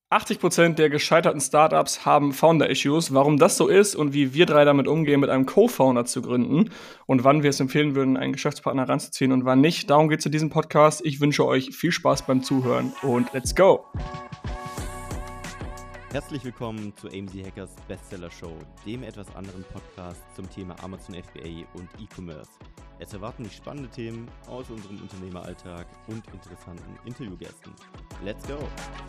80% der gescheiterten Startups haben Founder-Issues. Warum das so ist und wie wir drei damit umgehen, mit einem Co-Founder zu gründen und wann wir es empfehlen würden, einen Geschäftspartner ranzuziehen und wann nicht. Darum geht es in diesem Podcast. Ich wünsche euch viel Spaß beim Zuhören und let's go! Herzlich willkommen zu AMZ Hackers Bestseller Show, dem etwas anderen Podcast zum Thema Amazon FBA und E-Commerce. Es erwarten dich spannende Themen aus unserem Unternehmeralltag und interessanten Interviewgästen. Let's go!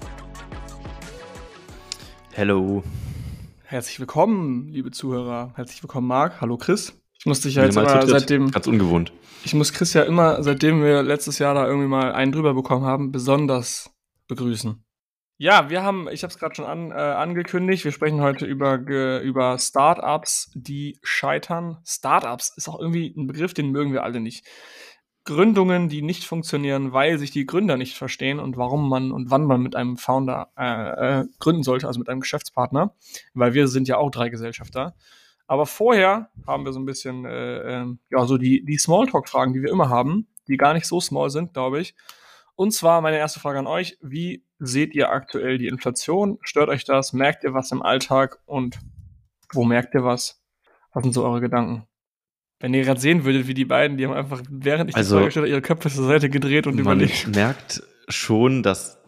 Hello. Herzlich willkommen, liebe Zuhörer. Herzlich willkommen, Marc. Hallo, Chris. Ich muss dich ja jetzt immer seitdem... Ganz ungewohnt. Ich muss Chris ja immer, seitdem wir letztes Jahr da irgendwie mal einen drüber bekommen haben, besonders begrüßen. Ja, ich habe es gerade schon angekündigt, wir sprechen heute über Startups, die scheitern. Startups ist auch irgendwie ein Begriff, den mögen wir alle nicht. Gründungen, die nicht funktionieren, weil sich die Gründer nicht verstehen und warum man und wann man mit einem Founder gründen sollte, also mit einem Geschäftspartner, weil wir sind ja auch 3 Gesellschafter. Aber vorher haben wir so ein bisschen so die Smalltalk-Fragen, die wir immer haben, die gar nicht so small sind, glaube ich. Und zwar meine erste Frage an euch: Wie seht ihr aktuell die Inflation? Stört euch das? Merkt ihr was im Alltag? Und wo merkt ihr was? Was sind so eure Gedanken? Wenn ihr gerade sehen würdet, wie die beiden, die haben einfach, während ich die Frage gestellt habe, ihre Köpfe zur Seite gedreht und überlegt. Man merkt schon, dass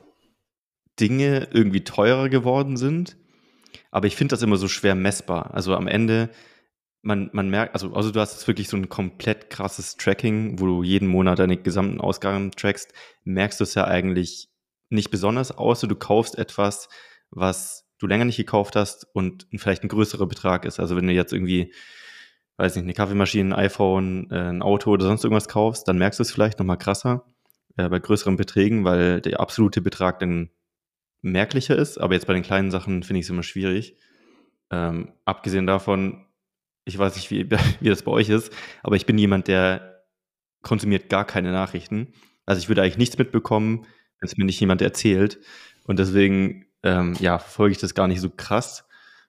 Dinge irgendwie teurer geworden sind, aber ich finde das immer so schwer messbar. Also am Ende, man merkt, also du hast jetzt wirklich so ein komplett krasses Tracking, wo du jeden Monat deine gesamten Ausgaben trackst, merkst du es ja eigentlich nicht besonders, außer du kaufst etwas, was du länger nicht gekauft hast und vielleicht ein größerer Betrag ist. Also wenn du jetzt irgendwie, weiß nicht, eine Kaffeemaschine, ein iPhone, ein Auto oder sonst irgendwas kaufst, dann merkst du es vielleicht nochmal krasser bei größeren Beträgen, weil der absolute Betrag dann merklicher ist. Aber jetzt bei den kleinen Sachen finde ich es immer schwierig. Abgesehen davon, ich weiß nicht, wie das bei euch ist, aber ich bin jemand, der konsumiert gar keine Nachrichten. Also ich würde eigentlich nichts mitbekommen, wenn es mir nicht jemand erzählt. Und deswegen verfolge ich das gar nicht so krass.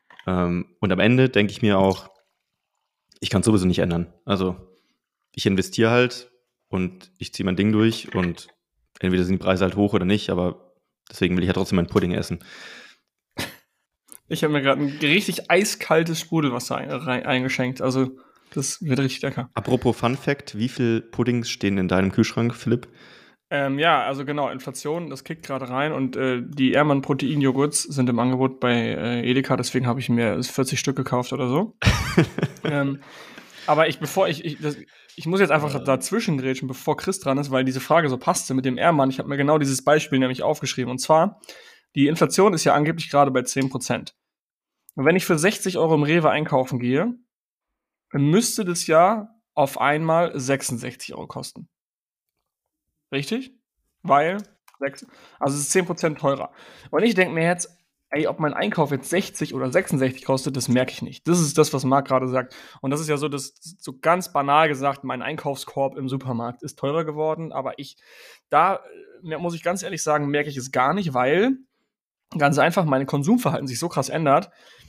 Und am Ende denke ich mir auch, ich kann es sowieso nicht ändern. Also ich investiere halt und ich ziehe mein Ding durch und entweder sind die Preise halt hoch oder nicht, aber deswegen will ich ja trotzdem meinen Pudding essen. Ich habe mir gerade ein richtig eiskaltes Sprudelwasser eingeschenkt. Also das wird richtig lecker. Apropos Fun Fact, wie viele Puddings stehen in deinem Kühlschrank, Philipp? Also genau, Inflation, das kickt gerade rein und die Ehrmann Proteinjoghurts sind im Angebot bei Edeka, deswegen habe ich mir 40 Stück gekauft oder so. Aber ich muss jetzt einfach dazwischen grätschen, bevor Chris dran ist, weil diese Frage so passte mit dem Ehrmann. Ich habe mir genau dieses Beispiel nämlich aufgeschrieben. Und zwar, die Inflation ist ja angeblich gerade bei 10%. Und wenn ich für 60 Euro im Rewe einkaufen gehe, dann müsste das ja auf einmal 66 Euro kosten. Richtig? Weil, also es ist 10% teurer. Und ich denke mir jetzt, ob mein Einkauf jetzt 60 oder 66 kostet, das merke ich nicht. Das ist das, was Marc gerade sagt. Und das ist ja so, so ganz banal gesagt, mein Einkaufskorb im Supermarkt ist teurer geworden, aber muss ich ganz ehrlich sagen, merke ich es gar nicht, weil ganz einfach mein Konsumverhalten sich so krass ändert.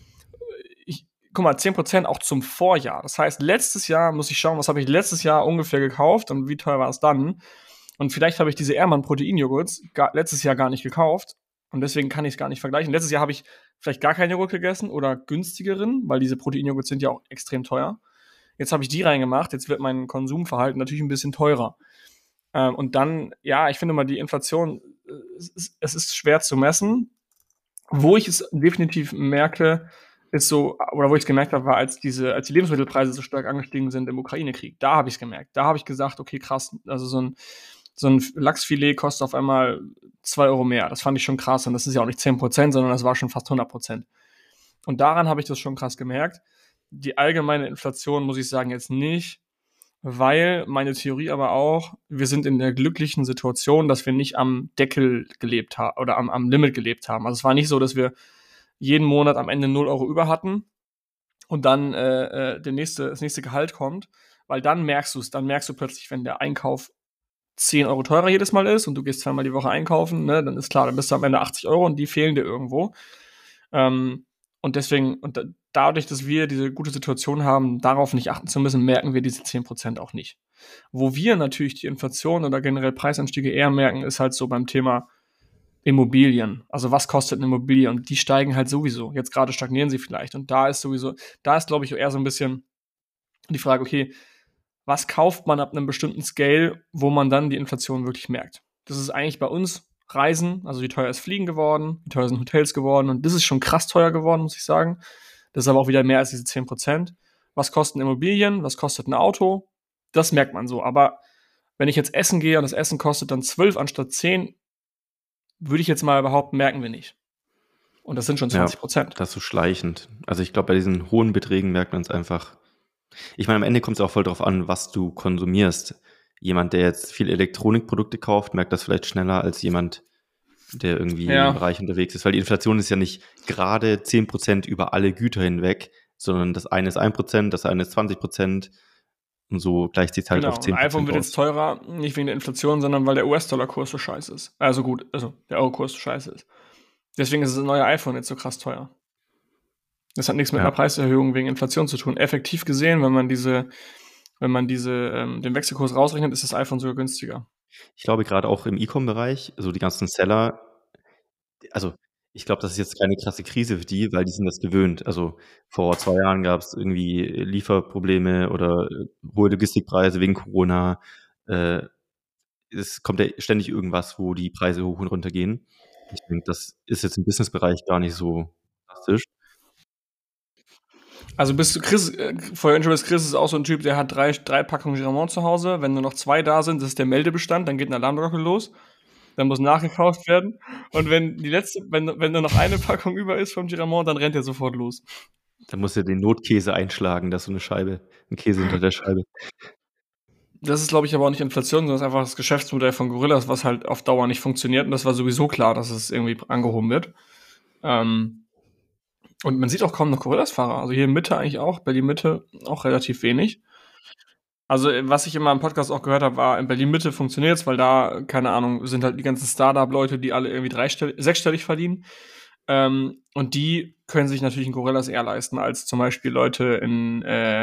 Guck mal, 10% auch zum Vorjahr. Das heißt, letztes Jahr muss ich schauen, was habe ich letztes Jahr ungefähr gekauft und wie teuer war es dann. Und vielleicht habe ich diese Ehrmann Proteinjoghurts letztes Jahr gar nicht gekauft. Und deswegen kann ich es gar nicht vergleichen. Letztes Jahr habe ich vielleicht gar keinen Joghurt gegessen oder günstigeren, weil diese Proteinjoghurts sind ja auch extrem teuer. Jetzt habe ich die reingemacht. Jetzt wird mein Konsumverhalten natürlich ein bisschen teurer. Und dann, ich finde mal, die Inflation, es ist schwer zu messen. Wo ich es definitiv merke, ist so, oder wo ich es gemerkt habe, war, als die Lebensmittelpreise so stark angestiegen sind im Ukraine-Krieg. Da habe ich es gemerkt. Da habe ich gesagt, okay, krass, also so ein Lachsfilet kostet auf einmal 2 Euro mehr. Das fand ich schon krass. Und das ist ja auch nicht 10%, sondern das war schon fast 100%. Und daran habe ich das schon krass gemerkt. Die allgemeine Inflation muss ich sagen jetzt nicht, weil meine Theorie aber auch, wir sind in der glücklichen Situation, dass wir nicht am Deckel gelebt haben oder am Limit gelebt haben. Also es war nicht so, dass wir jeden Monat am Ende 0 Euro über hatten und dann das nächste Gehalt kommt, weil dann merkst du es. Dann merkst du plötzlich, wenn der Einkauf 10 Euro teurer jedes Mal ist und du gehst 2-mal die Woche einkaufen, ne, dann ist klar, dann bist du am Ende 80 Euro und die fehlen dir irgendwo. Und deswegen, dadurch, dass wir diese gute Situation haben, darauf nicht achten zu müssen, merken wir diese 10% auch nicht. Wo wir natürlich die Inflation oder generell Preisanstiege eher merken, ist halt so beim Thema Immobilien. Also was kostet eine Immobilie? Und die steigen halt sowieso. Jetzt gerade stagnieren sie vielleicht. Und da ist, glaube ich, eher so ein bisschen die Frage, okay, was kauft man ab einem bestimmten Scale, wo man dann die Inflation wirklich merkt? Das ist eigentlich bei uns Reisen, also wie teuer ist Fliegen geworden, wie teuer sind Hotels geworden, und das ist schon krass teuer geworden, muss ich sagen. Das ist aber auch wieder mehr als diese 10%. Was kosten Immobilien? Was kostet ein Auto? Das merkt man so. Aber wenn ich jetzt essen gehe und das Essen kostet dann 12 anstatt 10, würde ich jetzt mal behaupten, merken wir nicht. Und das sind schon 20%. Ja, das ist so schleichend. Also ich glaube, bei diesen hohen Beträgen merkt man es einfach. Ich meine, am Ende kommt es auch voll darauf an, was du konsumierst. Jemand, der jetzt viel Elektronikprodukte kauft, merkt das vielleicht schneller als jemand, der irgendwie im Bereich unterwegs ist. Weil die Inflation ist ja nicht gerade 10% über alle Güter hinweg, sondern das eine ist 1%, das eine ist 20%. Und so gleicht sich halt auf 10% Ein iPhone wird jetzt teurer, nicht wegen der Inflation, sondern weil der US-Dollar-Kurs so scheiße ist. Also der Euro-Kurs so scheiße ist. Deswegen ist das neue iPhone jetzt so krass teuer. Das hat nichts mit einer Preiserhöhung wegen Inflation zu tun. Effektiv gesehen, wenn man den Wechselkurs rausrechnet, ist das iPhone sogar günstiger. Ich glaube, gerade auch im E-Com-Bereich, also die ganzen Seller, also ich glaube, das ist jetzt keine krasse Krise für die, weil die sind das gewöhnt. Also vor 2 Jahren gab es irgendwie Lieferprobleme oder hohe Logistikpreise wegen Corona. Es kommt ja ständig irgendwas, wo die Preise hoch und runter gehen. Ich denke, das ist jetzt im Businessbereich gar nicht so drastisch. Also Chris ist auch so ein Typ, der hat drei Packungen Giramont zu Hause. Wenn nur noch 2 da sind, das ist der Meldebestand, dann geht ein Alarmglocke los. Dann muss nachgekauft werden. Und wenn nur noch eine Packung über ist vom Giramont, dann rennt er sofort los. Dann muss er den Notkäse einschlagen, dass so ein Käse hinter der Scheibe. Das ist, glaube ich, aber auch nicht Inflation, sondern das ist einfach das Geschäftsmodell von Gorillas, was halt auf Dauer nicht funktioniert. Und das war sowieso klar, dass es irgendwie angehoben wird. Und man sieht auch kaum noch Gorillas-Fahrer. Also hier in Mitte eigentlich auch, Berlin-Mitte auch relativ wenig. Also was ich immer im Podcast auch gehört habe, war, in Berlin-Mitte funktioniert es, weil da, keine Ahnung, sind halt die ganzen Startup-Leute, die alle irgendwie sechsstellig verdienen. Und die können sich natürlich ein Gorillas eher leisten, als zum Beispiel Leute in,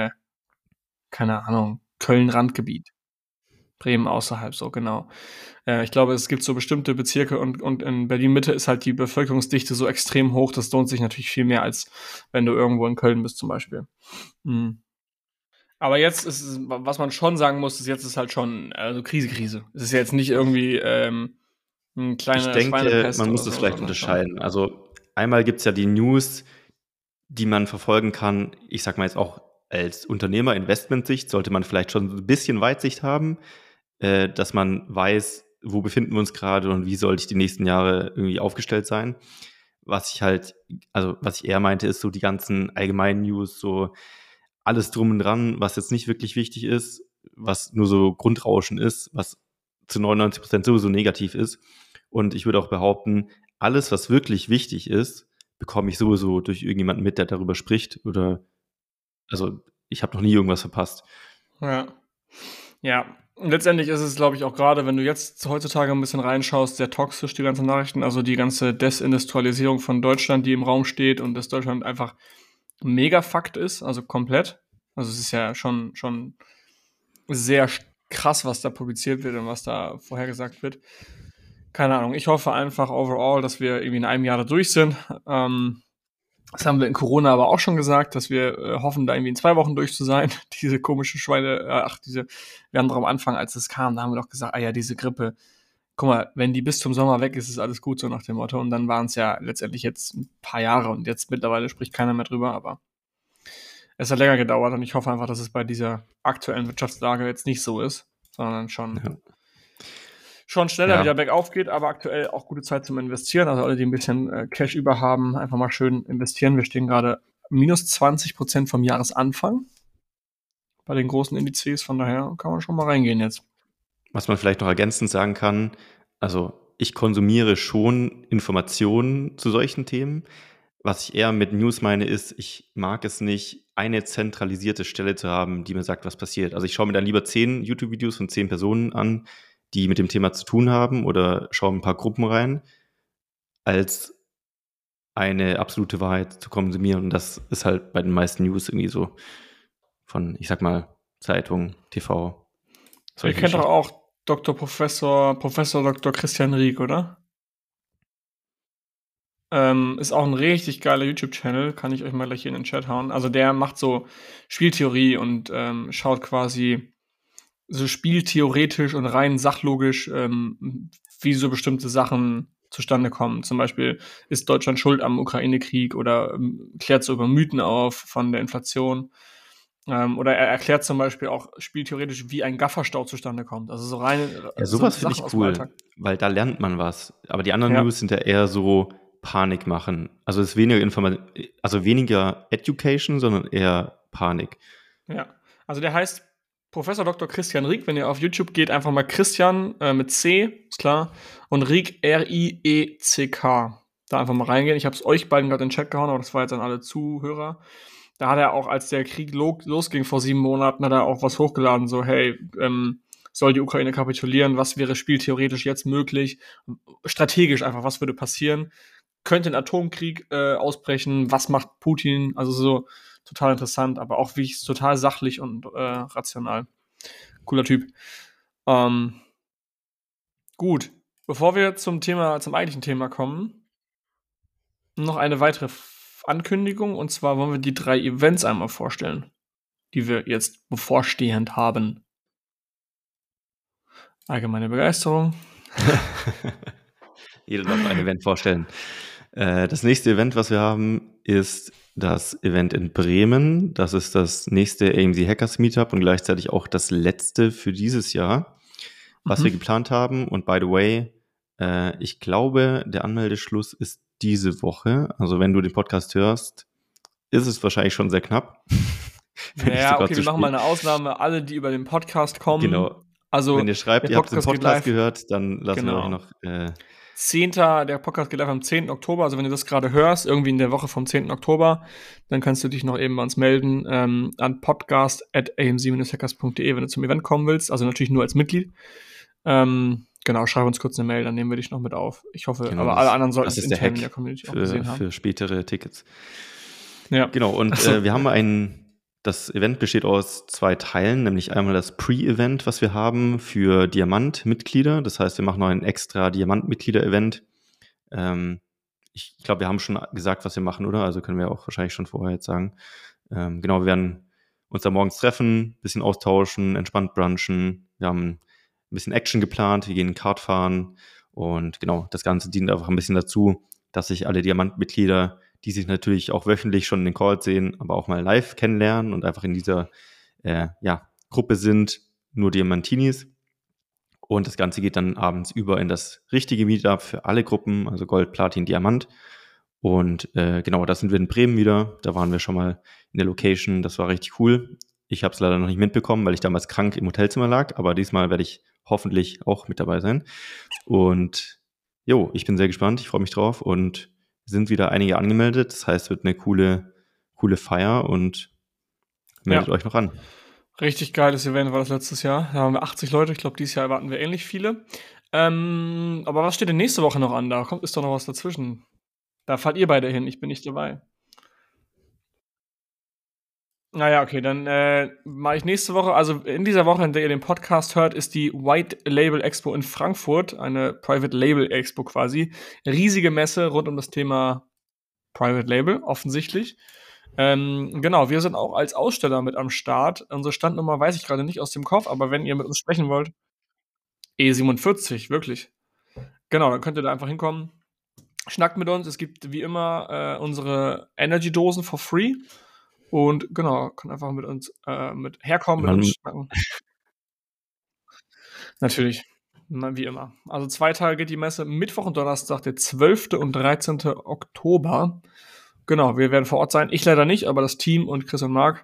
keine Ahnung, Köln-Randgebiet. Bremen außerhalb, so genau. Ich glaube, es gibt so bestimmte Bezirke und in Berlin-Mitte ist halt die Bevölkerungsdichte so extrem hoch, das lohnt sich natürlich viel mehr, als wenn du irgendwo in Köln bist zum Beispiel. Mhm. Aber jetzt ist es, was man schon sagen muss, jetzt ist halt schon, also Krise. Es ist jetzt nicht irgendwie ein kleiner Ich denke, Schweinepest man muss oder das so, vielleicht sondern unterscheiden. Also einmal gibt es ja die News, die man verfolgen kann. Ich sag mal jetzt auch als Unternehmer, Investmentsicht, sollte man vielleicht schon ein bisschen Weitsicht haben, dass man weiß, wo befinden wir uns gerade und wie sollte ich die nächsten Jahre irgendwie aufgestellt sein. Was ich eher meinte, ist so die ganzen allgemeinen News, so alles drum und dran, was jetzt nicht wirklich wichtig ist, was nur so Grundrauschen ist, was zu 99% sowieso negativ ist. Und ich würde auch behaupten, alles, was wirklich wichtig ist, bekomme ich sowieso durch irgendjemanden mit, der darüber spricht. Also ich habe noch nie irgendwas verpasst. Ja. Ja. Und letztendlich ist es, glaube ich, auch gerade, wenn du jetzt heutzutage ein bisschen reinschaust, sehr toxisch, die ganzen Nachrichten, also die ganze Desindustrialisierung von Deutschland, die im Raum steht und dass Deutschland einfach mega Fakt ist, also komplett. Also es ist ja schon sehr krass, was da publiziert wird und was da vorhergesagt wird. Keine Ahnung. Ich hoffe einfach overall, dass wir irgendwie in einem Jahr da durch sind. Das haben wir in Corona aber auch schon gesagt, dass wir hoffen, da irgendwie in 2 Wochen durch zu sein. Diese komischen wir haben doch am Anfang, als es kam, da haben wir doch gesagt, diese Grippe, guck mal, wenn die bis zum Sommer weg ist, ist alles gut, so nach dem Motto. Und dann waren es ja letztendlich jetzt ein paar Jahre und jetzt mittlerweile spricht keiner mehr drüber, aber es hat länger gedauert und ich hoffe einfach, dass es bei dieser aktuellen Wirtschaftslage jetzt nicht so ist, sondern schon schneller wieder bergauf geht, aber aktuell auch gute Zeit zum Investieren. Also alle, die ein bisschen Cash über haben, einfach mal schön investieren. Wir stehen gerade minus 20% vom Jahresanfang bei den großen Indizes, von daher kann man schon mal reingehen jetzt. Was man vielleicht noch ergänzend sagen kann, also ich konsumiere schon Informationen zu solchen Themen. Was ich eher mit News meine, ist, ich mag es nicht, eine zentralisierte Stelle zu haben, die mir sagt, was passiert. Also ich schaue mir dann lieber 10 YouTube-Videos von 10 Personen an, die mit dem Thema zu tun haben oder schaue ein paar Gruppen rein, als eine absolute Wahrheit zu konsumieren. Und das ist halt bei den meisten News irgendwie so von, ich sag mal, Zeitung, TV. Ihr kennt doch auch Dr. Professor Dr. Christian Rieck, oder? Ist auch ein richtig geiler YouTube-Channel, kann ich euch mal gleich hier in den Chat hauen. Also der macht so Spieltheorie und schaut quasi so spieltheoretisch und rein sachlogisch, wie so bestimmte Sachen zustande kommen. Zum Beispiel, ist Deutschland schuld am Ukraine-Krieg oder klärt so über Mythen auf von der Inflation. Oder er erklärt zum Beispiel auch spieltheoretisch, wie ein Gafferstau zustande kommt. Also so rein Ja, so sowas finde Sachen ich aus dem cool, Alltag. weil da lernt man was. Aber die anderen Ja. News sind ja eher so Panik machen. Also es ist weniger Education, sondern eher Panik. Ja, also der heißt Professor Dr. Christian Rieck. Wenn ihr auf YouTube geht, einfach mal Christian mit C, ist klar, und Rieck, R-I-E-C-K. Da einfach mal reingehen. Ich habe es euch beiden gerade in den Chat gehauen, aber das war jetzt an alle Zuhörer. Da hat er auch, als der Krieg losging vor 7 Monaten, hat er auch was hochgeladen, so hey, soll die Ukraine kapitulieren? Was wäre spieltheoretisch jetzt möglich? Strategisch einfach, was würde passieren? Könnte ein Atomkrieg ausbrechen? Was macht Putin? Also so total interessant, aber auch wie ich total sachlich und rational. Cooler Typ. Gut, bevor wir zum eigentlichen Thema kommen, noch eine weitere Ankündigung, und zwar wollen wir die 3 Events einmal vorstellen, die wir jetzt bevorstehend haben. Allgemeine Begeisterung. Jeder darf ein Event vorstellen. Das nächste Event, was wir haben, ist das Event in Bremen. Das ist das nächste AMZ Hackers Meetup und gleichzeitig auch das letzte für dieses Jahr, was wir geplant haben. Und by the way, ich glaube, der Anmeldeschluss ist diese Woche. Also wenn du den Podcast hörst, ist es wahrscheinlich schon sehr knapp. Ja, okay, wir machen mal eine Ausnahme. Alle, die über den Podcast kommen. Genau. Also, wenn ihr schreibt, ihr habt den Podcast gehört, dann lassen wir euch noch 10. Der Podcast geht live am 10. Oktober, also wenn du das gerade hörst, irgendwie in der Woche vom 10. Oktober, dann kannst du dich noch eben bei uns melden an podcast@amc-hackers.de, wenn du zum Event kommen willst, also natürlich nur als Mitglied. Genau, schreib uns kurz eine Mail, dann nehmen wir dich noch mit auf. Ich hoffe, Genau, aber alle anderen sollten das es ist der intern Hack in der Community auch gesehen haben. für spätere Tickets. Ja. Genau, und wir haben das Event besteht aus 2 Teilen, nämlich einmal das Pre-Event, was wir haben für Diamant-Mitglieder. Das heißt, wir machen noch ein extra Diamant-Mitglieder-Event. Ich glaube, wir haben schon gesagt, was wir machen, oder? Also können wir auch wahrscheinlich schon vorher jetzt sagen. Genau, wir werden uns da morgens treffen, ein bisschen austauschen, entspannt brunchen. Wir haben ein bisschen Action geplant, wir gehen Kart fahren und genau, das Ganze dient einfach ein bisschen dazu, dass sich alle Diamant-Mitglieder, die sich natürlich auch wöchentlich schon in den Calls sehen, aber auch mal live kennenlernen und einfach in dieser Gruppe sind, nur Diamantinis. Und das Ganze geht dann abends über in das richtige Meetup für alle Gruppen, also Gold, Platin, Diamant. Und genau, da sind wir in Bremen wieder. Da waren wir schon mal in der Location. Das war richtig cool. Ich habe es leider noch nicht mitbekommen, weil ich damals krank im Hotelzimmer lag. Aber diesmal werde ich hoffentlich auch mit dabei sein. Und ich bin sehr gespannt. Ich freue mich drauf. Und sind wieder einige angemeldet. Das heißt, es wird eine coole Feier und meldet euch noch an. Richtig geiles Event war das letztes Jahr. Da haben wir 80 Leute. Ich glaube, dieses Jahr erwarten wir ähnlich viele. Aber was steht denn nächste Woche noch an? Da ist doch noch was dazwischen. Da fahrt ihr beide hin. Ich bin nicht dabei. Naja, okay, dann mache ich nächste Woche, also in dieser Woche, in der ihr den Podcast hört, ist die White Label Expo in Frankfurt, eine Private Label Expo quasi. Riesige Messe rund um das Thema Private Label, offensichtlich. Genau, wir sind auch als Aussteller mit am Start. Unsere Standnummer weiß ich gerade nicht aus dem Kopf, aber wenn ihr mit uns sprechen wollt, E47, wirklich. Genau, dann könnt ihr da einfach hinkommen. Schnackt mit uns. Es gibt wie immer unsere Energy-Dosen for free. Und genau, kann einfach mit uns mit herkommen, mit uns schnacken. Natürlich, wie immer. Also 2 Tage geht die Messe, Mittwoch und Donnerstag, der 12. und 13. Oktober. Genau, wir werden vor Ort sein. Ich leider nicht, aber das Team und Chris und Marc.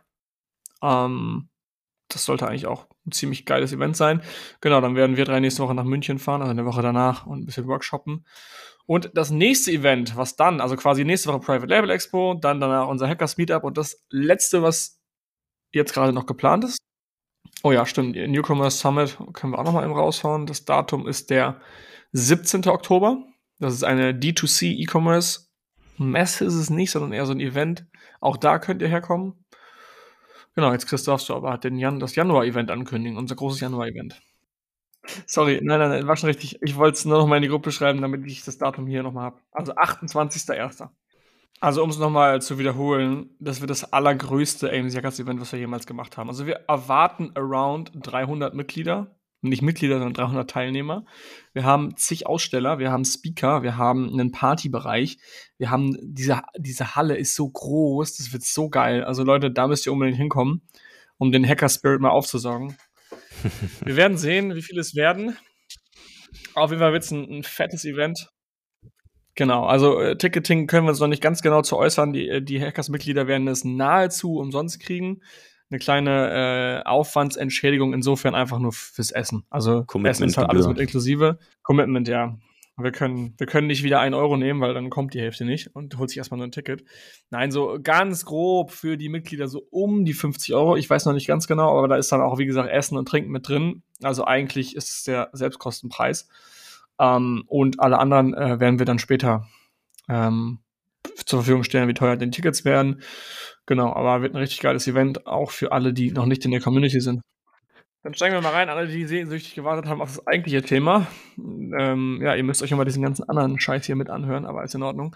Das sollte eigentlich auch ein ziemlich geiles Event sein. Genau, dann werden wir 3 nächste Woche nach München fahren, also eine Woche danach und ein bisschen workshoppen. Und das nächste Event, was dann, also quasi nächste Woche Private Label Expo, dann danach unser Hackers Meetup und das letzte, was jetzt gerade noch geplant ist. Oh ja, stimmt, Newcomers Summit können wir auch noch mal eben raushauen. Das Datum ist der 17. Oktober. Das ist eine D2C E-Commerce Messe ist es nicht, sondern eher so ein Event. Auch da könnt ihr herkommen. Genau, jetzt Chris darfst du aber das Januar-Event ankündigen, unser großes Januar-Event. Sorry, nein, war schon richtig. Ich wollte es nur noch mal in die Gruppe schreiben, damit ich das Datum hier noch mal habe. Also 28.01. Also, um es noch mal zu wiederholen, das wird das allergrößte AMZ Hackers Event, was wir jemals gemacht haben. Also, wir erwarten around 300 Mitglieder. Nicht Mitglieder, sondern 300 Teilnehmer. Wir haben zig Aussteller, wir haben Speaker, wir haben einen Partybereich. Wir haben diese Halle ist so groß, das wird so geil. Also, Leute, da müsst ihr unbedingt hinkommen, um den Hacker Spirit mal aufzusaugen. Wir werden sehen, wie viele es werden. Auf jeden Fall wird's 'n fettes Event. Genau, also, Ticketing können wir uns noch nicht ganz genau zu äußern. Die Hackers-Mitglieder werden es nahezu umsonst kriegen. Eine kleine, Aufwandsentschädigung insofern einfach nur fürs Essen. Also, Essen ist halt alles Commitment-Gebühr. mit inklusive. Commitment, ja. Wir können nicht wieder 1 € nehmen, weil dann kommt die Hälfte nicht und holt sich erst mal nur 'n Ticket. Nein, so ganz grob für die Mitglieder so um die 50 €. Ich weiß noch nicht ganz genau, aber da ist dann auch, wie gesagt, Essen und Trinken mit drin. Also, eigentlich ist es der Selbstkostenpreis. Und alle anderen werden wir dann später zur Verfügung stellen, wie teuer denn Tickets werden. Genau, aber wird ein richtig geiles Event, auch für alle, die noch nicht in der Community sind. Dann steigen wir mal rein, alle, die sehnsüchtig gewartet haben auf das eigentliche Thema. Ja, ihr müsst euch immer diesen ganzen anderen Scheiß hier mit anhören, aber ist in Ordnung.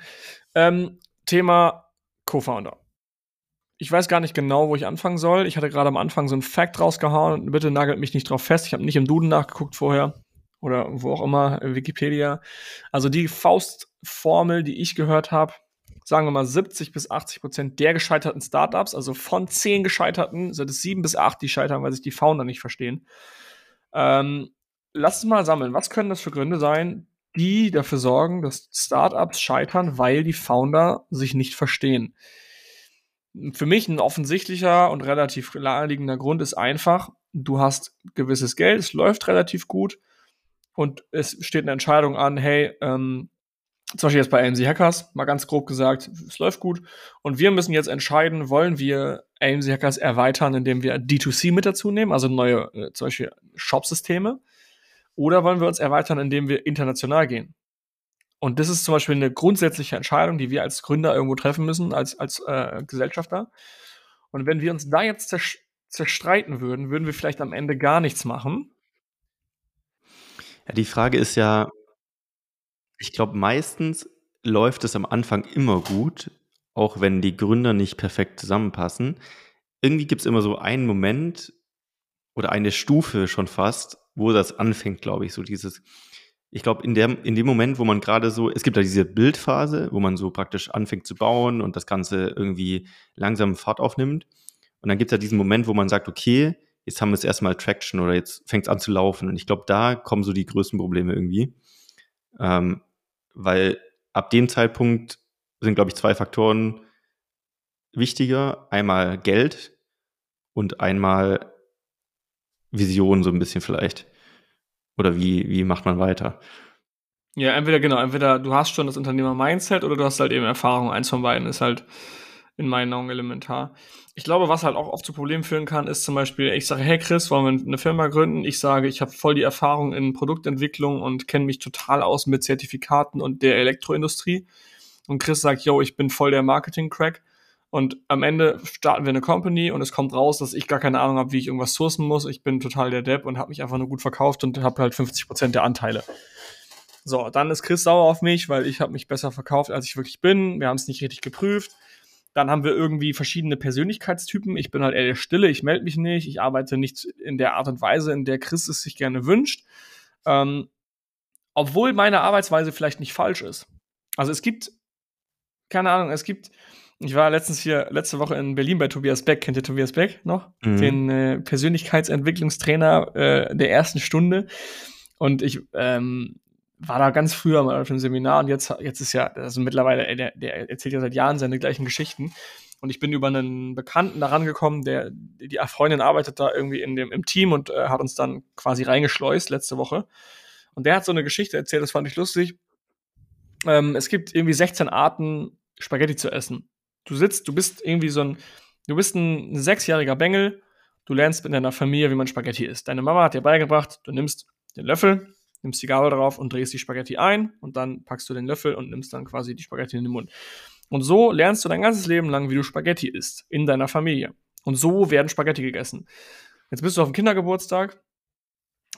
Thema Co-Founder. Ich weiß gar nicht genau, wo ich anfangen soll. Ich hatte gerade am Anfang so 'n Fact rausgehauen. Bitte nagelt mich nicht drauf fest. Ich habe nicht im Duden nachgeguckt vorher oder wo auch immer, Wikipedia. Also, die Faustformel, die ich gehört habe, sagen wir mal 70-80% der gescheiterten Startups, also von 10 Gescheiterten sind es 7 bis 8, die scheitern, weil sich die Founder nicht verstehen. Ähm, Lass uns mal sammeln. Was können das für Gründe sein, die dafür sorgen, dass Startups scheitern, weil die Founder sich nicht verstehen? Für mich ein offensichtlicher und relativ naheliegender Grund ist einfach, du hast gewisses Geld, es läuft relativ gut und es steht eine Entscheidung an, hey, zum Beispiel jetzt bei AMZ Hackers, mal ganz grob gesagt, es läuft gut und wir müssen jetzt entscheiden, wollen wir AMZ Hackers erweitern, indem wir D2C mit dazu nehmen, also neue, zum Beispiel Shop-Systeme, oder wollen wir uns erweitern, indem wir international gehen? Und das ist zum Beispiel eine grundsätzliche Entscheidung, die wir als Gründer irgendwo treffen müssen, als Gesellschafter. Und wenn wir uns da jetzt zerstreiten würden, würden wir vielleicht am Ende gar nichts machen. Ja, die Frage ist ja, ich glaube, meistens läuft es am Anfang immer gut, auch wenn die Gründer nicht perfekt zusammenpassen. Irgendwie gibt es immer so einen Moment oder eine Stufe schon fast, wo das anfängt, glaube ich, so dieses, ich glaube, in dem Moment, wo man gerade so, es gibt ja diese Bildphase, wo man so praktisch anfängt zu bauen und das Ganze irgendwie langsam Fahrt aufnimmt. Und dann gibt es ja diesen Moment, wo man sagt, okay, jetzt haben wir es erstmal Traction oder jetzt fängt es an zu laufen. Und ich glaube, da kommen so die größten Probleme irgendwie. Weil ab dem Zeitpunkt sind, glaube ich, 2 Faktoren wichtiger. Einmal Geld und einmal Vision so ein bisschen vielleicht. Oder wie macht man weiter? Ja, entweder du hast schon das Unternehmer-Mindset oder du hast halt eben Erfahrung. Eins von beiden ist halt in meinen Augen elementar. Ich glaube, was halt auch oft zu Problemen führen kann, ist zum Beispiel, ich sage, hey Chris, wollen wir eine Firma gründen? Ich sage, ich habe voll die Erfahrung in Produktentwicklung und kenne mich total aus mit Zertifikaten und der Elektroindustrie. Und Chris sagt, yo, ich bin voll der Marketing-Crack. Und am Ende starten wir eine Company und es kommt raus, dass ich gar keine Ahnung habe, wie ich irgendwas sourcen muss. Ich bin total der Depp und habe mich einfach nur gut verkauft und habe halt 50% der Anteile. So, dann ist Chris sauer auf mich, weil ich habe mich besser verkauft, als ich wirklich bin. Wir haben es nicht richtig geprüft. Dann haben wir irgendwie verschiedene Persönlichkeitstypen. Ich bin halt eher der Stille, ich melde mich nicht, ich arbeite nicht in der Art und Weise, in der Chris es sich gerne wünscht. Obwohl meine Arbeitsweise vielleicht nicht falsch ist. Also es gibt, keine Ahnung, ich war letzte Woche in Berlin bei Tobias Beck. Kennt ihr Tobias Beck noch? Den Persönlichkeitsentwicklungstrainer der ersten Stunde. Und ich war da ganz früher mal auf einem Seminar und jetzt ist ja, also mittlerweile, der erzählt ja seit Jahren seine gleichen Geschichten. Und ich bin über einen Bekannten da rangekommen, die Freundin arbeitet da irgendwie im Team und hat uns dann quasi reingeschleust letzte Woche. Und der hat so eine Geschichte erzählt, das fand ich lustig. Es gibt irgendwie 16 Arten, Spaghetti zu essen. Du bist irgendwie du bist ein 6-jähriger Bengel, du lernst in deiner Familie, wie man Spaghetti isst. Deine Mama hat dir beigebracht, du nimmst den Löffel, nimmst die Gabel drauf und drehst die Spaghetti ein und dann packst du den Löffel und nimmst dann quasi die Spaghetti in den Mund. Und so lernst du dein ganzes Leben lang, wie du Spaghetti isst, in deiner Familie. Und so werden Spaghetti gegessen. Jetzt bist du auf dem Kindergeburtstag,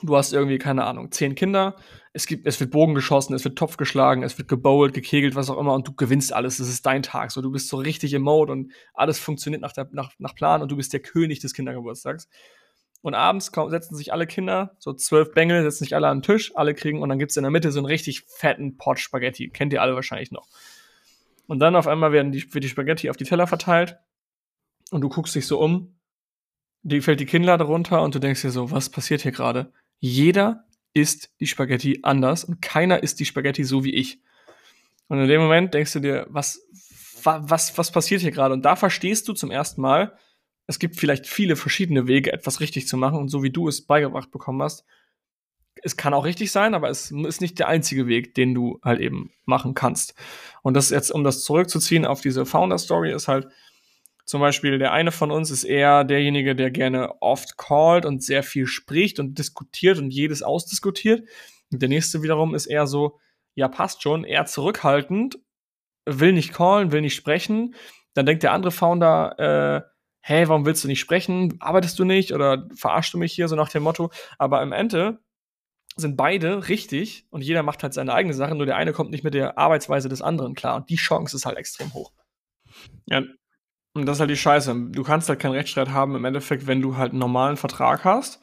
Du hast irgendwie, keine Ahnung, 10 Kinder, es wird Bogen geschossen, es wird Topf geschlagen, es wird gebowlt, gekegelt, was auch immer, und du gewinnst alles. Das ist dein Tag. So, du bist so richtig im Mode und alles funktioniert nach Plan und du bist der König des Kindergeburtstags. Und abends setzen sich alle Kinder, so 12 Bengel, setzen sich alle an den Tisch, alle kriegen, und dann gibt's in der Mitte so einen richtig fetten Pot Spaghetti. Kennt ihr alle wahrscheinlich noch. Und dann auf einmal wird die Spaghetti auf die Teller verteilt und du guckst dich so um, dir fällt die Kinnlade runter und du denkst dir so, was passiert hier gerade? Jeder isst die Spaghetti anders und keiner isst die Spaghetti so wie ich. Und in dem Moment denkst du dir, was passiert hier gerade? Und da verstehst du zum ersten Mal, es gibt vielleicht viele verschiedene Wege, etwas richtig zu machen, und so wie du es beigebracht bekommen hast, es kann auch richtig sein, aber es ist nicht der einzige Weg, den du halt eben machen kannst. Und das jetzt, um das zurückzuziehen auf diese Founder-Story, ist halt, zum Beispiel, der eine von uns ist eher derjenige, der gerne oft callt und sehr viel spricht und diskutiert und jedes ausdiskutiert. Und der nächste wiederum ist eher so, ja, passt schon, eher zurückhaltend, will nicht callen, will nicht sprechen. Dann denkt der andere Founder, hey, warum willst du nicht sprechen? Arbeitest du nicht oder verarschst du mich hier, so nach dem Motto? Aber am Ende sind beide richtig und jeder macht halt seine eigene Sache, nur der eine kommt nicht mit der Arbeitsweise des anderen klar. Und die Chance ist halt extrem hoch. Ja, und das ist halt die Scheiße. Du kannst halt keinen Rechtsstreit haben im Endeffekt, wenn du halt einen normalen Vertrag hast.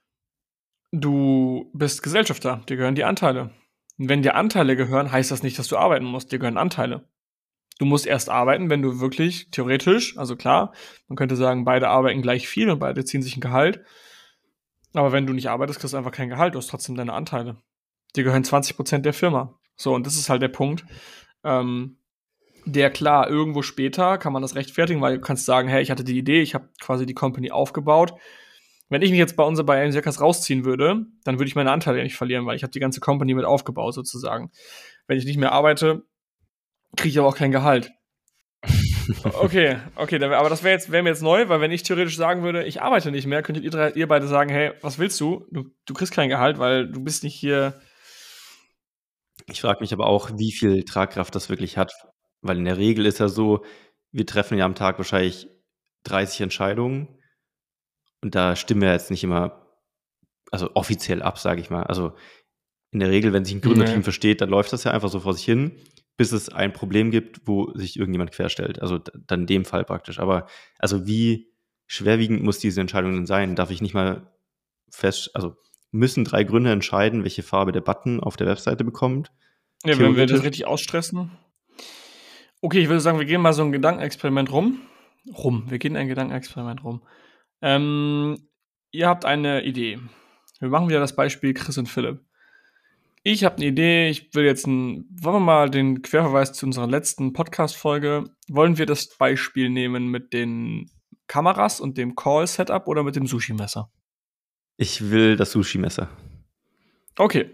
Du bist Gesellschafter, dir gehören die Anteile. Und wenn dir Anteile gehören, heißt das nicht, dass du arbeiten musst. Dir gehören Anteile. Du musst erst arbeiten, wenn du wirklich theoretisch, also klar, man könnte sagen, beide arbeiten gleich viel und beide ziehen sich ein Gehalt. Aber wenn du nicht arbeitest, kriegst du einfach kein Gehalt. Du hast trotzdem deine Anteile. Dir gehören 20% der Firma. So, und das ist halt der Punkt. Der, klar, irgendwo später kann man das rechtfertigen, weil du kannst sagen, hey, ich hatte die Idee, ich habe quasi die Company aufgebaut. Wenn ich mich jetzt bei MCKs rausziehen würde, dann würde ich meine Anteile ja nicht verlieren, weil ich habe die ganze Company mit aufgebaut sozusagen. Wenn ich nicht mehr arbeite, kriege ich aber auch kein Gehalt. Okay, aber das wäre mir jetzt neu, weil wenn ich theoretisch sagen würde, ich arbeite nicht mehr, könntet ihr beide sagen, hey, was willst du? Du kriegst kein Gehalt, weil du bist nicht hier. Ich frage mich aber auch, wie viel Tragkraft das wirklich hat. Weil in der Regel ist ja so, wir treffen ja am Tag wahrscheinlich 30 Entscheidungen und da stimmen wir jetzt nicht immer, also offiziell ab, sage ich mal. Also in der Regel, wenn sich ein Gründerteam versteht, dann läuft das ja einfach so vor sich hin, bis es ein Problem gibt, wo sich irgendjemand querstellt. Also dann in dem Fall praktisch. Aber also wie schwerwiegend muss diese Entscheidung denn sein? Darf ich nicht mal also müssen 3 Gründer entscheiden, welche Farbe der Button auf der Webseite bekommt? Ja, wenn wir das richtig ausstressen. Okay, ich würde sagen, wir gehen mal so ein Gedankenexperiment rum. Wir gehen ein Gedankenexperiment rum. Ihr habt eine Idee. Wir machen wieder das Beispiel Chris und Philipp. Ich habe eine Idee, ich will jetzt wollen wir mal den Querverweis zu unserer letzten Podcast-Folge, wollen wir das Beispiel nehmen mit den Kameras und dem Call-Setup oder mit dem Sushi-Messer? Ich will das Sushi-Messer. Okay.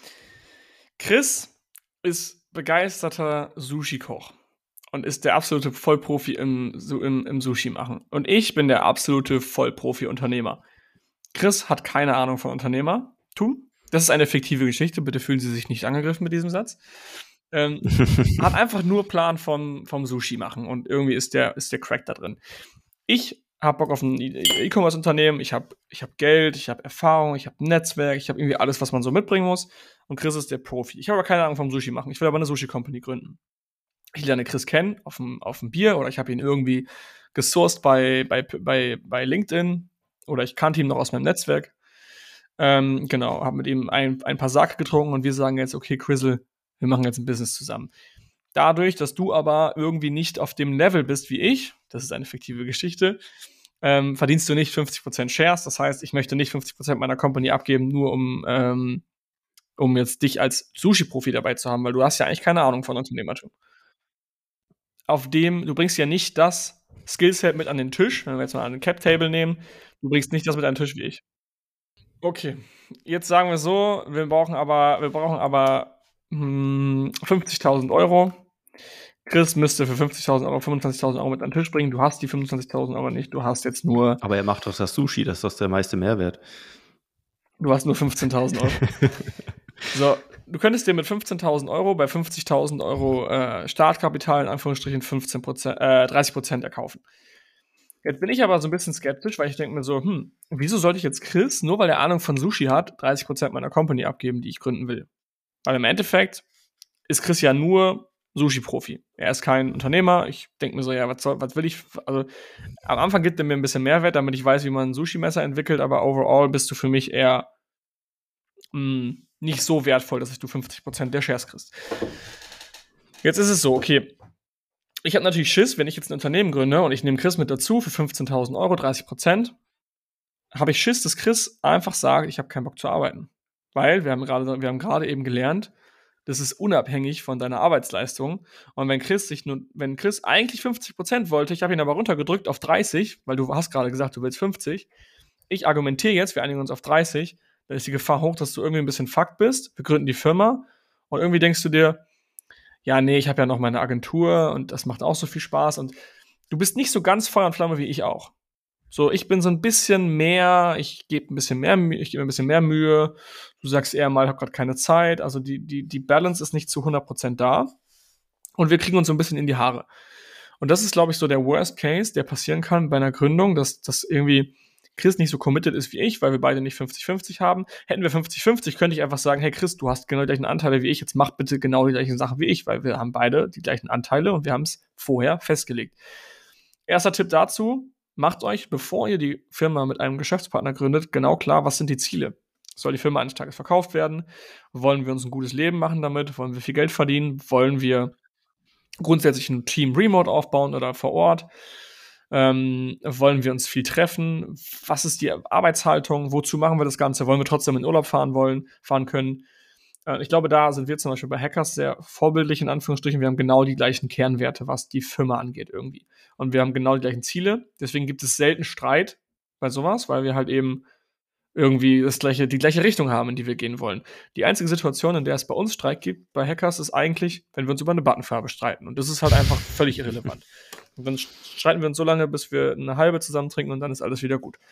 Chris ist begeisterter Sushi-Koch und ist der absolute Vollprofi im Sushi machen. Und ich bin der absolute Vollprofi-Unternehmer. Chris hat keine Ahnung von Unternehmertum. Das ist eine fiktive Geschichte, bitte fühlen Sie sich nicht angegriffen mit diesem Satz. Hat einfach nur Plan vom Sushi machen und irgendwie ist der Crack da drin. Ich habe Bock auf ein E-Commerce-Unternehmen, ich hab Geld, ich habe Erfahrung, ich habe ein Netzwerk, ich habe irgendwie alles, was man so mitbringen muss. Und Chris ist der Profi. Ich habe aber keine Ahnung vom Sushi machen. Ich will aber eine Sushi-Company gründen. Ich lerne Chris kennen auf dem Bier oder ich habe ihn irgendwie gesourced bei LinkedIn oder ich kannte ihn noch aus meinem Netzwerk. Genau, habe mit ihm ein paar Sake getrunken und wir sagen jetzt, okay, Chrisel, wir machen jetzt ein Business zusammen. Dadurch, dass du aber irgendwie nicht auf dem Level bist wie ich, das ist eine fiktive Geschichte, verdienst du nicht 50% Shares. Das heißt, ich möchte nicht 50% meiner Company abgeben, nur um jetzt dich als Sushi-Profi dabei zu haben, weil du hast ja eigentlich keine Ahnung von Unternehmertum. Du bringst ja nicht das Skillset mit an den Tisch, wenn wir jetzt mal einen Cap-Table nehmen, du bringst nicht das mit an den Tisch wie ich. Okay, jetzt sagen wir so, wir brauchen aber 50.000 Euro. Chris müsste für 50.000 Euro 25.000 Euro mit an den Tisch bringen. Du hast die 25.000 Euro nicht, du hast jetzt nur. Aber er macht doch das Sushi, das ist doch der meiste Mehrwert. Du hast nur 15.000 Euro. So, du könntest dir mit 15.000 Euro bei 50.000 Euro Startkapital in Anführungsstrichen 30% erkaufen. Jetzt bin ich aber so ein bisschen skeptisch, weil ich denke mir so, wieso sollte ich jetzt Chris, nur weil er Ahnung von Sushi hat, 30% meiner Company abgeben, die ich gründen will? Weil im Endeffekt ist Chris ja nur Sushi-Profi. Er ist kein Unternehmer. Ich denke mir so, ja, was will ich? Also am Anfang gibt er mir ein bisschen Mehrwert, damit ich weiß, wie man ein Sushi-Messer entwickelt, aber overall bist du für mich eher nicht so wertvoll, dass du 50% der Shares kriegst. Jetzt ist es so, okay, ich habe natürlich Schiss, wenn ich jetzt ein Unternehmen gründe und ich nehme Chris mit dazu für 15.000 Euro, 30%, habe ich Schiss, dass Chris einfach sagt, ich habe keinen Bock zu arbeiten. Weil wir haben gerade eben gelernt, das ist unabhängig von deiner Arbeitsleistung. Und wenn Chris eigentlich 50% wollte, ich habe ihn aber runtergedrückt auf 30, weil du hast gerade gesagt, du willst 50. Ich argumentiere jetzt, wir einigen uns auf 30, dann ist die Gefahr hoch, dass du irgendwie ein bisschen fucked bist. Wir gründen die Firma und irgendwie denkst du dir, ja, nee, ich habe ja noch meine Agentur und das macht auch so viel Spaß und du bist nicht so ganz Feuer und Flamme wie ich auch. So, ich bin so ein bisschen mehr, ich gebe mir ein bisschen mehr Mühe. Du sagst eher mal, ich habe gerade keine Zeit. Also die Balance ist nicht zu 100% da. Und wir kriegen uns so ein bisschen in die Haare. Und das ist, glaube ich, so der Worst Case, der passieren kann bei einer Gründung, dass irgendwie Chris nicht so committed ist wie ich, weil wir beide nicht 50-50 haben. Hätten wir 50-50, könnte ich einfach sagen, hey Chris, du hast genau die gleichen Anteile wie ich, jetzt mach bitte genau die gleichen Sachen wie ich, weil wir haben beide die gleichen Anteile und wir haben es vorher festgelegt. Erster Tipp dazu, macht euch, bevor ihr die Firma mit einem Geschäftspartner gründet, genau klar, was sind die Ziele. Soll die Firma eines Tages verkauft werden? Wollen wir uns ein gutes Leben machen damit? Wollen wir viel Geld verdienen? Wollen wir grundsätzlich ein Team remote aufbauen oder vor Ort? Wollen wir uns viel treffen? Was ist die Arbeitshaltung? Wozu machen wir das Ganze? Wollen wir trotzdem in Urlaub fahren können? Ich glaube, da sind wir zum Beispiel bei Hackers sehr vorbildlich, in Anführungsstrichen. Wir haben genau die gleichen Kernwerte, was die Firma angeht irgendwie. Und wir haben genau die gleichen Ziele. Deswegen gibt es selten Streit bei sowas, weil wir halt eben irgendwie die gleiche Richtung haben, in die wir gehen wollen. Die einzige Situation, in der es bei uns Streit gibt, bei Hackers, ist eigentlich, wenn wir uns über eine Buttonfarbe streiten. Und das ist halt einfach völlig irrelevant. Und dann streiten wir uns so lange, bis wir eine halbe zusammen trinken und dann ist alles wieder gut.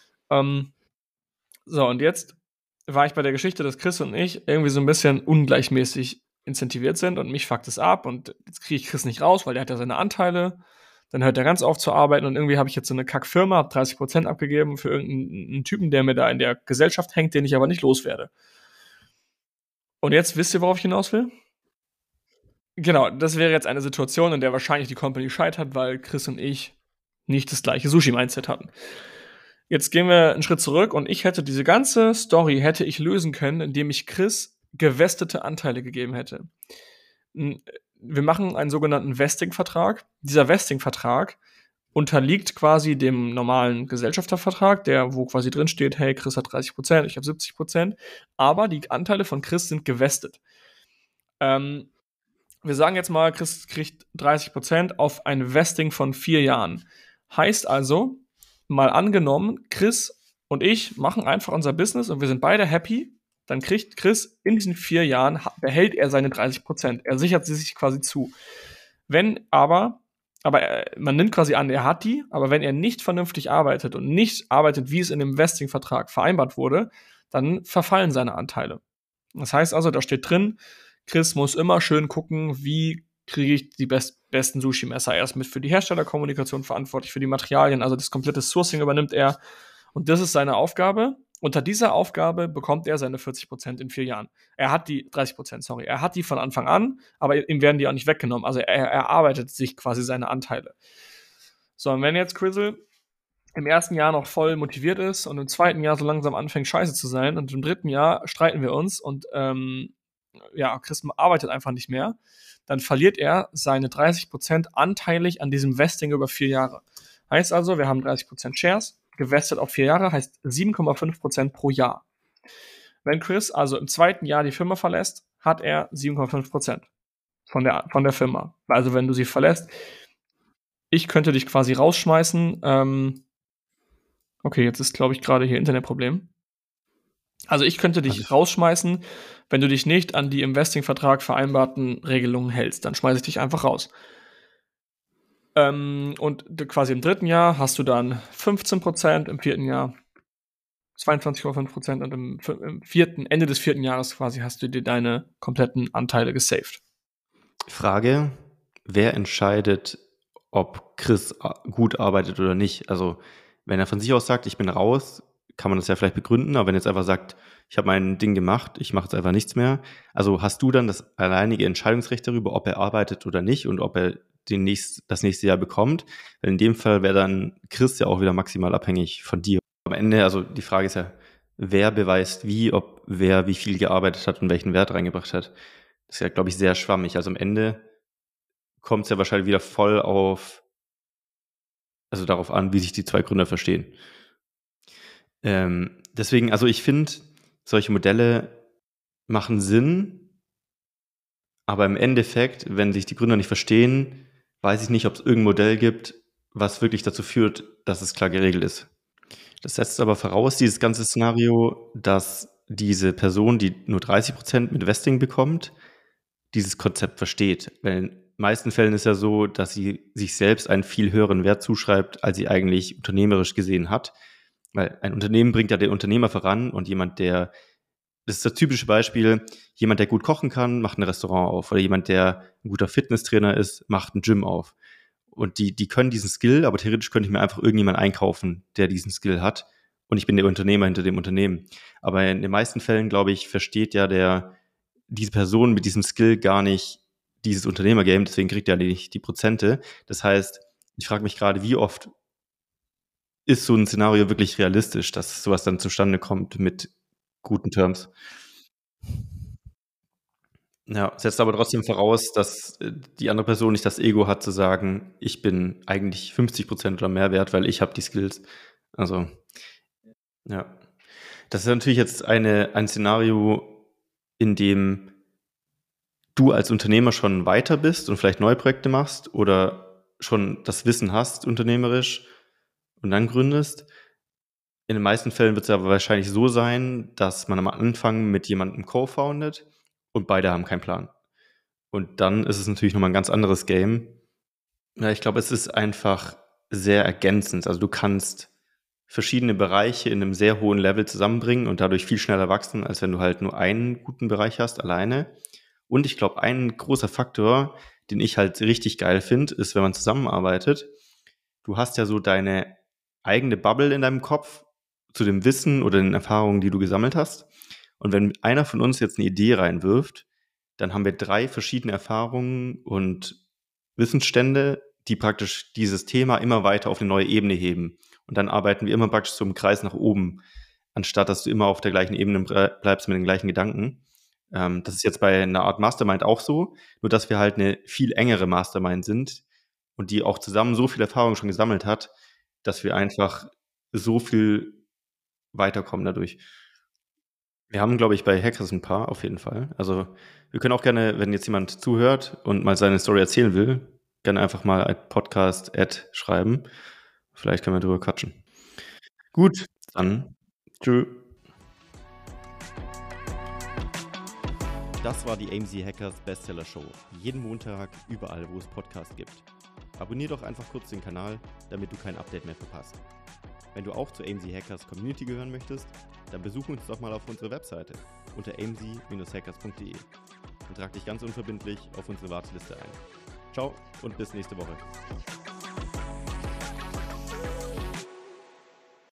So, und jetzt war ich bei der Geschichte, dass Chris und ich irgendwie so ein bisschen ungleichmäßig incentiviert sind und mich fuckt es ab und jetzt kriege ich Chris nicht raus, weil der hat ja seine Anteile. Dann hört er ganz auf zu arbeiten und irgendwie habe ich jetzt so eine Kackfirma, habe 30% abgegeben für irgendeinen Typen, der mir da in der Gesellschaft hängt, den ich aber nicht loswerde. Und jetzt wisst ihr, worauf ich hinaus will? Genau, das wäre jetzt eine Situation, in der wahrscheinlich die Company scheitert, weil Chris und ich nicht das gleiche Sushi-Mindset hatten. Jetzt gehen wir einen Schritt zurück und ich hätte diese ganze Story lösen können, indem ich Chris gewestete Anteile gegeben hätte. Wir machen einen sogenannten Vesting-Vertrag. Dieser Vesting-Vertrag unterliegt quasi dem normalen Gesellschaftervertrag, wo quasi drin steht, hey, Chris hat 30%, ich habe 70%, aber die Anteile von Chris sind gewestet. Wir sagen jetzt mal, Chris kriegt 30% auf ein Vesting von 4 Jahren. Heißt also, mal angenommen, Chris und ich machen einfach unser Business und wir sind beide happy, dann kriegt Chris in diesen 4 Jahren, behält er seine 30%. Er sichert sie sich quasi zu. Wenn aber man nimmt quasi an, er hat die, aber wenn er nicht vernünftig arbeitet und nicht arbeitet, wie es in dem Vesting-Vertrag vereinbart wurde, dann verfallen seine Anteile. Das heißt also, da steht drin, Chris muss immer schön gucken, wie kriege ich die besten Sushi-Messer. Er ist mit für die Herstellerkommunikation verantwortlich, für die Materialien, also das komplette Sourcing übernimmt er. Und das ist seine Aufgabe. Unter dieser Aufgabe bekommt er seine 40% in 4 Jahren. Er hat die 30%, sorry. Er hat die von Anfang an, aber ihm werden die auch nicht weggenommen. Also er erarbeitet sich quasi seine Anteile. So, und wenn jetzt Crizzle im ersten Jahr noch voll motiviert ist und im zweiten Jahr so langsam anfängt, scheiße zu sein und im dritten Jahr streiten wir uns und Chris arbeitet einfach nicht mehr, dann verliert er seine 30% anteilig an diesem Vesting über 4 Jahre. Heißt also, wir haben 30% Shares, gewestet auf 4 Jahre, heißt 7,5% pro Jahr. Wenn Chris also im zweiten Jahr die Firma verlässt, hat er 7,5% von der Firma. Also wenn du sie verlässt, ich könnte dich quasi rausschmeißen. Okay, jetzt ist, glaube ich, gerade hier Internetproblem. Also ich könnte dich rausschmeißen, wenn du dich nicht an die im Vesting-Vertrag vereinbarten Regelungen hältst. Dann schmeiße ich dich einfach raus. Und quasi im dritten Jahr hast du dann 15%, im vierten Jahr 22,5% und im Ende des vierten Jahres quasi hast du dir deine kompletten Anteile gesaved. Frage, wer entscheidet, ob Chris gut arbeitet oder nicht. Also wenn er von sich aus sagt, ich bin raus, kann man das ja vielleicht begründen, aber wenn er jetzt einfach sagt, ich habe mein Ding gemacht, ich mache jetzt einfach nichts mehr. Also hast du dann das alleinige Entscheidungsrecht darüber, ob er arbeitet oder nicht und ob er das nächste Jahr bekommt. Weil in dem Fall wäre dann Chris ja auch wieder maximal abhängig von dir. Am Ende, also die Frage ist ja, wer beweist wie, ob wer wie viel gearbeitet hat und welchen Wert reingebracht hat. Das ist ja, glaube ich, sehr schwammig. Also am Ende kommt es ja wahrscheinlich wieder voll darauf an, wie sich die zwei Gründer verstehen. Deswegen, also ich finde, solche Modelle machen Sinn, aber im Endeffekt, wenn sich die Gründer nicht verstehen, weiß ich nicht, ob es irgendein Modell gibt, was wirklich dazu führt, dass es klar geregelt ist. Das setzt aber voraus, dieses ganze Szenario, dass diese Person, die nur 30% mit Vesting bekommt, dieses Konzept versteht. Weil in den meisten Fällen ist ja so, dass sie sich selbst einen viel höheren Wert zuschreibt, als sie eigentlich unternehmerisch gesehen hat. Weil ein Unternehmen bringt ja den Unternehmer voran und das ist das typische Beispiel, jemand, der gut kochen kann, macht ein Restaurant auf. Oder jemand, der ein guter Fitnesstrainer ist, macht ein Gym auf. Und die können diesen Skill, aber theoretisch könnte ich mir einfach irgendjemand einkaufen, der diesen Skill hat. Und ich bin der Unternehmer hinter dem Unternehmen. Aber in den meisten Fällen, glaube ich, versteht ja diese Person mit diesem Skill gar nicht dieses Unternehmergame, deswegen kriegt er nicht die Prozente. Das heißt, ich frage mich gerade, wie oft ist so ein Szenario wirklich realistisch, dass sowas dann zustande kommt mit guten Terms. Ja, setzt aber trotzdem voraus, dass die andere Person nicht das Ego hat zu sagen, ich bin eigentlich 50% oder mehr wert, weil ich habe die Skills. Also, ja. Das ist natürlich jetzt ein Szenario, in dem du als Unternehmer schon weiter bist und vielleicht neue Projekte machst oder schon das Wissen hast, unternehmerisch, und dann gründest. In den meisten Fällen wird es aber wahrscheinlich so sein, dass man am Anfang mit jemandem co-foundet und beide haben keinen Plan. Und dann ist es natürlich nochmal ein ganz anderes Game. Ja, ich glaube, es ist einfach sehr ergänzend. Also du kannst verschiedene Bereiche in einem sehr hohen Level zusammenbringen und dadurch viel schneller wachsen, als wenn du halt nur einen guten Bereich hast, alleine. Und ich glaube, ein großer Faktor, den ich halt richtig geil finde, ist, wenn man zusammenarbeitet, du hast ja so deine eigene Bubble in deinem Kopf zu dem Wissen oder den Erfahrungen, die du gesammelt hast. Und wenn einer von uns jetzt eine Idee reinwirft, dann haben wir 3 verschiedene Erfahrungen und Wissensstände, die praktisch dieses Thema immer weiter auf eine neue Ebene heben. Und dann arbeiten wir immer praktisch so im Kreis nach oben, anstatt dass du immer auf der gleichen Ebene bleibst mit den gleichen Gedanken. Das ist jetzt bei einer Art Mastermind auch so, nur dass wir halt eine viel engere Mastermind sind und die auch zusammen so viel Erfahrung schon gesammelt hat, dass wir einfach so viel weiterkommen dadurch. Wir haben, glaube ich, bei Hackers ein paar auf jeden Fall. Also wir können auch gerne, wenn jetzt jemand zuhört und mal seine Story erzählen will, gerne einfach mal ein Podcast-Ad schreiben. Vielleicht können wir drüber quatschen. Gut, dann tschö. Das war die AMZ Hackers Bestseller Show. Jeden Montag, überall, wo es Podcasts gibt. Abonnier doch einfach kurz den Kanal, damit du kein Update mehr verpasst. Wenn du auch zur AMZ Hackers Community gehören möchtest, dann besuch uns doch mal auf unserer Webseite unter amz-hackers.de und trag dich ganz unverbindlich auf unsere Warteliste ein. Ciao und bis nächste Woche.